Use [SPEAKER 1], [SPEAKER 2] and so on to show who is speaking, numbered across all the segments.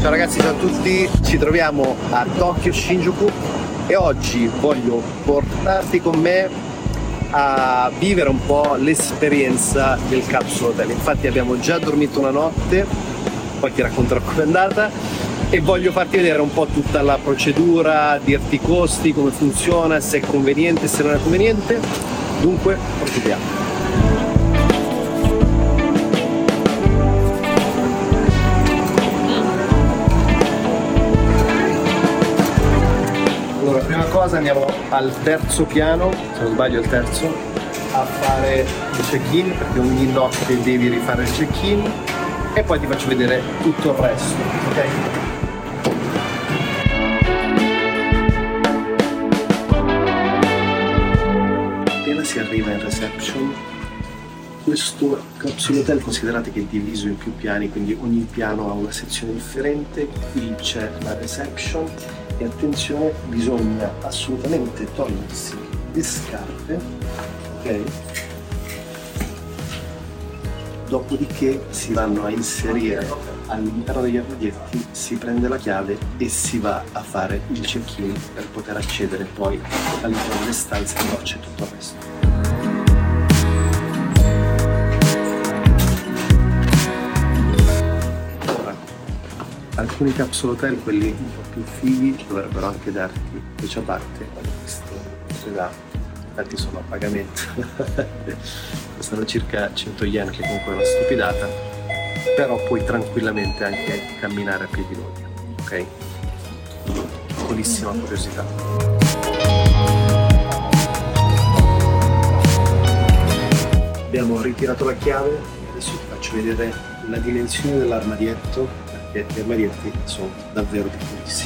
[SPEAKER 1] Ciao ragazzi, ciao a tutti, ci troviamo a Tokyo Shinjuku e oggi voglio portarti con me a vivere un po' l'esperienza del Capsule Hotel. Infatti abbiamo già dormito una notte, poi ti racconterò com'è andata e voglio farti vedere un po' tutta la procedura, dirti i costi, come funziona, se è conveniente, se non è conveniente. Dunque, partiamo. Allora, prima cosa andiamo al terzo piano, se non sbaglio il terzo, a fare il check-in, perché ogni notte devi rifare il check-in e poi ti faccio vedere tutto il resto, ok? Appena si arriva in reception, questo Capsule Hotel considerate che è diviso in più piani, quindi ogni piano ha una sezione differente. Qui c'è la reception e attenzione, bisogna assolutamente togliersi le scarpe, ok? Dopodiché si vanno a inserire all'interno degli armadietti, si prende la chiave e si va a fare il check-in per poter accedere poi all'interno delle stanze e poi c'è tutto il resto. Alcuni Capsule Hotel, quelli un po' più fighi, dovrebbero anche darti le ciabatte, questo te dà, infatti sono a pagamento, costano circa 100 yen, che comunque è una stupidata, però puoi tranquillamente anche camminare a piedi nudi, ok? Piccolissima curiosità. Abbiamo ritirato la chiave, adesso ti faccio vedere la dimensione dell'armadietto, e gli armadietti sono davvero piccolissimi.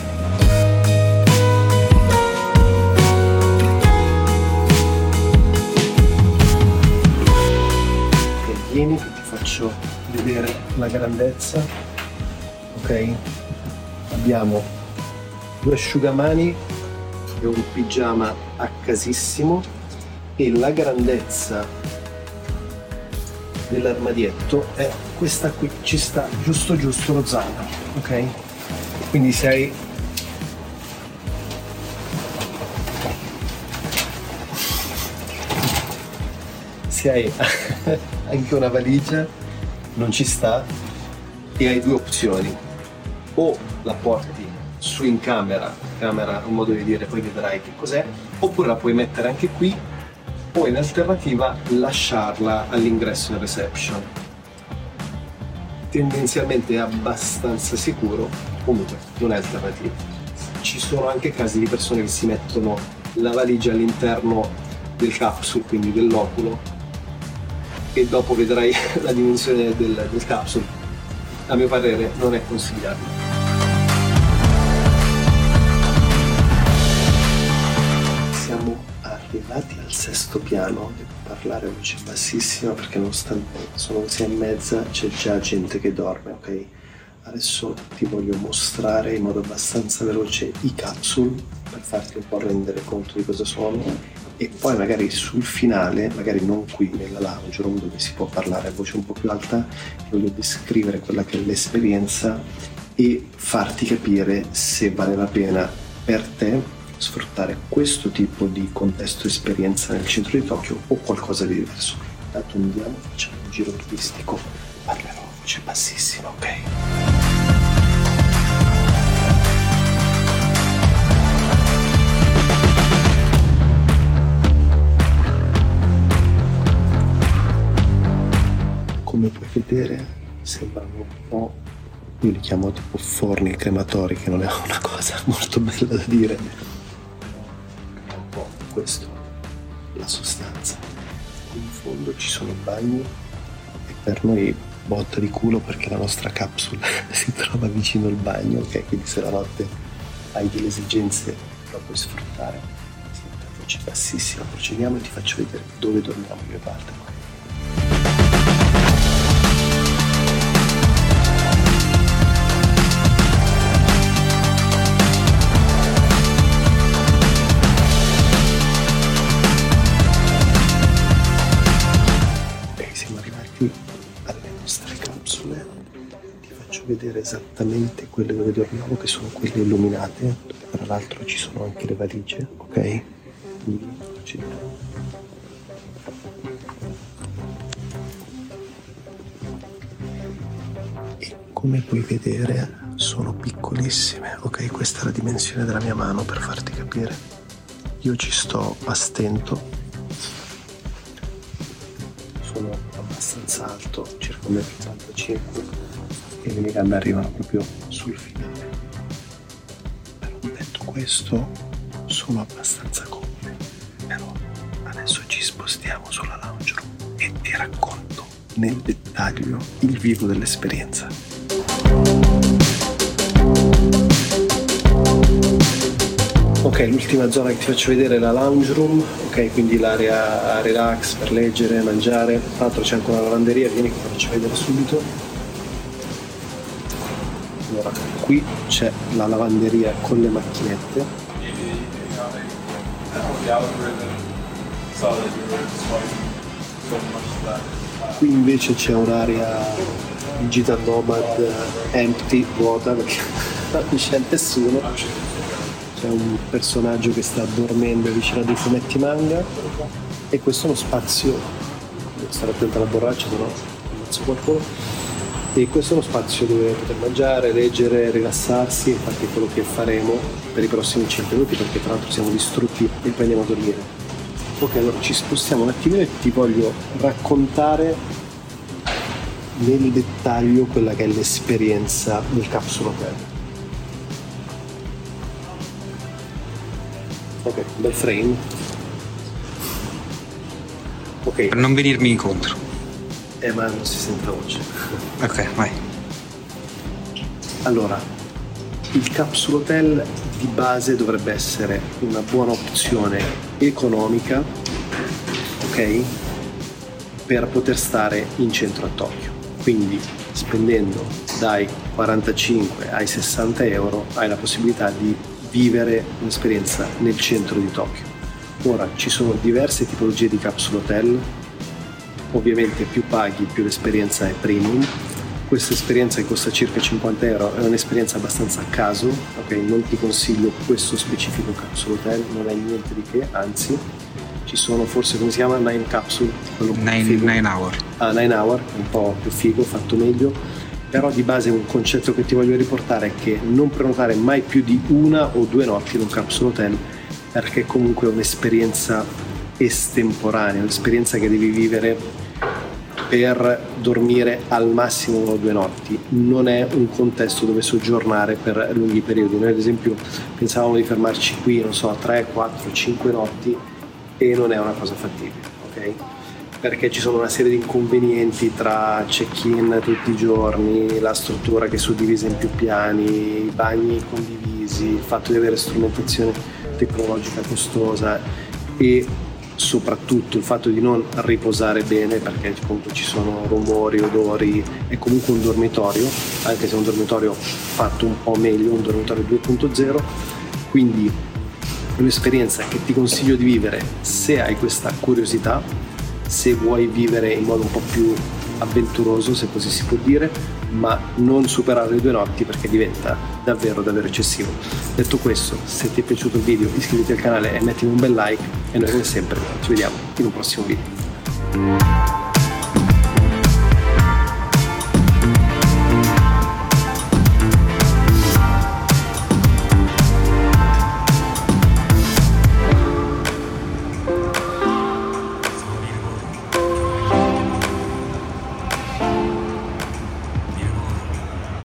[SPEAKER 1] Ok, vieni che ti faccio vedere la grandezza. Ok, abbiamo 2 asciugamani e un pigiama a casissimo e la grandezza dell'armadietto è questa qui, ci sta giusto lo zaino, ok? Quindi se hai anche una valigia non ci sta e hai 2 opzioni: o la porti su in camera, un modo di dire, poi vedrai che cos'è, oppure la puoi mettere anche qui, o in alternativa lasciarla all'ingresso in reception. Tendenzialmente è abbastanza sicuro, comunque non è alternativa. Ci sono anche casi di persone che si mettono la valigia all'interno del capsule, quindi dell'oculo, e dopo vedrai la dimensione del capsule. A mio parere non è consigliabile. Arrivati al 6° piano, devo parlare a voce bassissima perché nonostante sono le 6:30 c'è già gente che dorme, ok? Adesso ti voglio mostrare in modo abbastanza veloce i capsule per farti un po' rendere conto di cosa sono e poi magari sul finale, magari non qui nella lounge room dove si può parlare a voce un po' più alta, ti voglio descrivere quella che è l'esperienza e farti capire se vale la pena per te sfruttare questo tipo di contesto esperienza nel centro di Tokyo o qualcosa di diverso. Intanto andiamo, facciamo un giro turistico, parlerò a voce bassissima, ok? Come puoi vedere sembrano un po', io li chiamo tipo forni crematori, che non è una cosa molto bella da dire. Questo, la sostanza. In fondo ci sono bagni e per noi botta di culo perché la nostra capsule si trova vicino al bagno, ok? Quindi se la notte hai delle esigenze la puoi sfruttare. Senti a voce bassissima, procediamo e ti faccio vedere dove dormiamo io e Walter. faccio vedere esattamente quelle dove dormiamo, che sono quelle illuminate, dove tra l'altro ci sono anche le valigie, ok? Quindi facci vedere. E come puoi vedere sono piccolissime, ok? Questa è la dimensione della mia mano per farti capire. Io ci sto a stento, sono abbastanza alto, circa 1,85 m, e le mie gambe arrivano proprio sul finale. Però detto questo, sono abbastanza comode. Però adesso ci spostiamo sulla lounge room e ti racconto nel dettaglio il vivo dell'esperienza. Ok, l'ultima zona che ti faccio vedere è la lounge room, ok, quindi l'area relax per leggere, mangiare. Tra l'altro c'è anche una lavanderia, vieni che ti faccio vedere subito. Allora, qui c'è la lavanderia con le macchinette. Qui invece c'è un'area digital nomad empty, vuota, perché non c'è nessuno. C'è un personaggio che sta dormendo vicino a dei fumetti manga, e questo è uno spazio, devo stare attento alla borraccia, sennò ammazzo qualcuno. E questo è uno spazio dove poter mangiare, leggere, rilassarsi. Infatti è quello che faremo per i prossimi 5 minuti, perché tra l'altro siamo distrutti e poi andiamo a dormire. Ok, allora ci spostiamo un attimino e ti voglio raccontare nel dettaglio quella che è l'esperienza del Capsule Hotel. Ok, bel frame. Ok.
[SPEAKER 2] Per non venirmi incontro.
[SPEAKER 1] Ma non si sente la voce.
[SPEAKER 2] Ok, vai.
[SPEAKER 1] Allora, il Capsule Hotel di base dovrebbe essere una buona opzione economica, ok? Per poter stare in centro a Tokyo. Quindi spendendo dai 45 ai 60 euro hai la possibilità di vivere un'esperienza nel centro di Tokyo. Ora, ci sono diverse tipologie di Capsule Hotel, ovviamente più paghi più l'esperienza è premium. Questa esperienza che costa circa 50 euro è un'esperienza abbastanza a caso, ok? Non ti consiglio questo specifico Capsule Hotel, non è niente di che, anzi ci sono forse, come si chiama, 9 Capsule, quello
[SPEAKER 2] 9 Hour.
[SPEAKER 1] 9 Hour, un po' più figo, fatto meglio. Però di base un concetto che ti voglio riportare è che non prenotare mai più di 1 o 2 notti in un Capsule Hotel, perché comunque è un'esperienza estemporanea, un'esperienza che devi vivere per dormire al massimo 1 o 2 notti. Non è un contesto dove soggiornare per lunghi periodi. Noi ad esempio pensavamo di fermarci qui, non so, 3, 4, 5 notti, e non è una cosa fattibile, ok? Perché ci sono una serie di inconvenienti tra check-in tutti i giorni, la struttura che è suddivisa in più piani, i bagni condivisi, il fatto di avere strumentazione tecnologica costosa e soprattutto il fatto di non riposare bene, perché comunque ci sono rumori, odori. È comunque un dormitorio, anche se è un dormitorio fatto un po' meglio, un dormitorio 2.0, quindi è un'esperienza che ti consiglio di vivere se hai questa curiosità, se vuoi vivere in modo un po' più avventuroso, se così si può dire, ma non superare le 2 notti perché diventa davvero eccessivo. Detto questo, se ti è piaciuto il video iscriviti al canale e mettimi un bel like, e noi come sempre ci vediamo in un prossimo video.